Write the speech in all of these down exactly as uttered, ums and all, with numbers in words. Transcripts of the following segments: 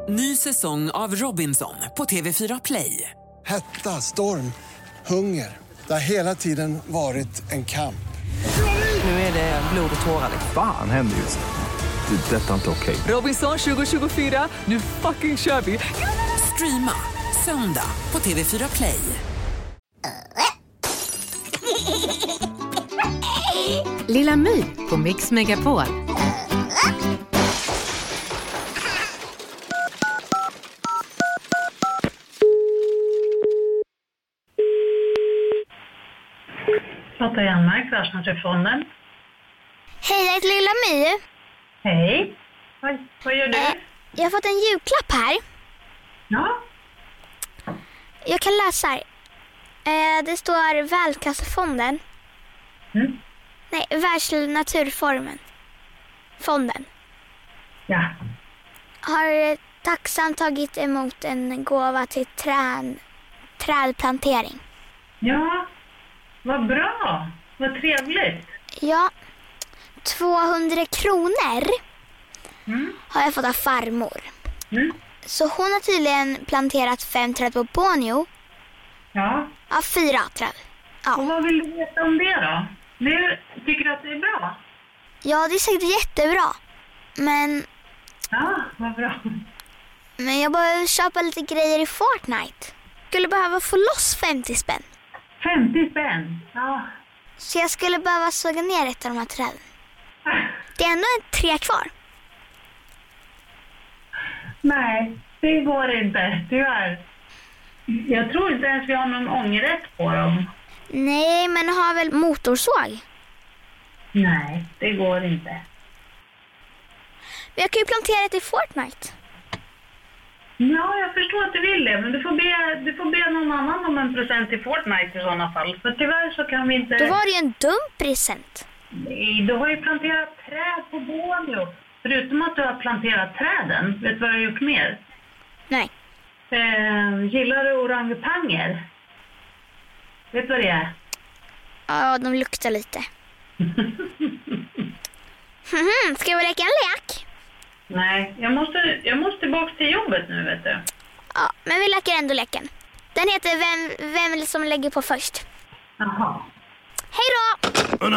Ny säsong av Robinson på T V fyra Play. Hetta, storm, hunger. Det har hela tiden varit en kamp. Nu är det blod och tårar. Fan händer just det. Det är detta inte okej. Robinson tjugo tjugofyra, nu fucking kör vi. Streama söndag på T V fyra Play. Lilla My på Mix Megapol. Lotta Janmark, Världsnaturfonden. Hej, jag heter Lilla My. Hej. Vad, vad gör du? Eh, jag har fått en julklapp här. Ja. Jag kan läsa här. Eh, det står Världskassafonden. Mm. Nej, Världsnaturformen. Fonden. Ja. Har tacksamt tagit emot en gåva till trän, trädplantering. Ja. Vad bra. Vad trevligt. Ja, tvåhundra kronor Mm. har jag fått av farmor. Mm. Så hon har tydligen planterat fem träd på Borneo. Ja. Ja, fyra träd. Och Ja. vad vill du veta om det då? Nu, tycker du att det är bra? ja, det är säkert jättebra. Men, Ja, vad bra. men jag behöver köpa lite grejer i Fortnite. Skulle behöva få loss femtio spänn. femtio spänn. Ja. Så jag skulle behöva såga ner ett av de här träden. Det är ändå en tre kvar. Nej, det går inte. Tyvärr. Jag tror inte ens vi har någon ångerrätt på dem. Nej, men har väl motorsåg. Nej, det går inte. Men jag kan ju plantera det i Fortnite. Ja, jag förstår att du vill det, men du får be, du får be någon annan om en present i Fortnite i sådana fall. För tyvärr så kan vi inte... Då var det ju en dum present. Nej, du har ju planterat träd på Borneo. Förutom att du har planterat träden, vet du vad du har gjort mer? Nej. Eh, gillar du orangutanger? Vet du vad det är? Ja, de luktar lite. Mhm, ska vi leka en lek? Nej, jag måste, jag måste tillbaka till jobbet nu, vet du. Ja, men vi leker ändå leken. Den heter Vem, vem som lägger på först. Jaha. Hej då!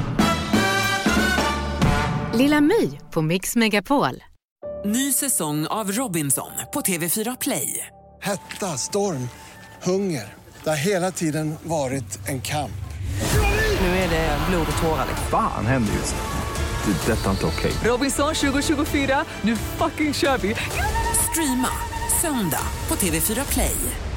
Lilla My på Mix Megapol. Ny säsong av Robinson på T V fyra Play. Hetta, storm, hunger. Det har hela tiden varit en kamp. Nu är det blod och tårar. Fan händer just det. Det är detta inte okej. Robinson tjugo tjugofyra, nu fucking kör vi. Streama söndag på T V fyra Play.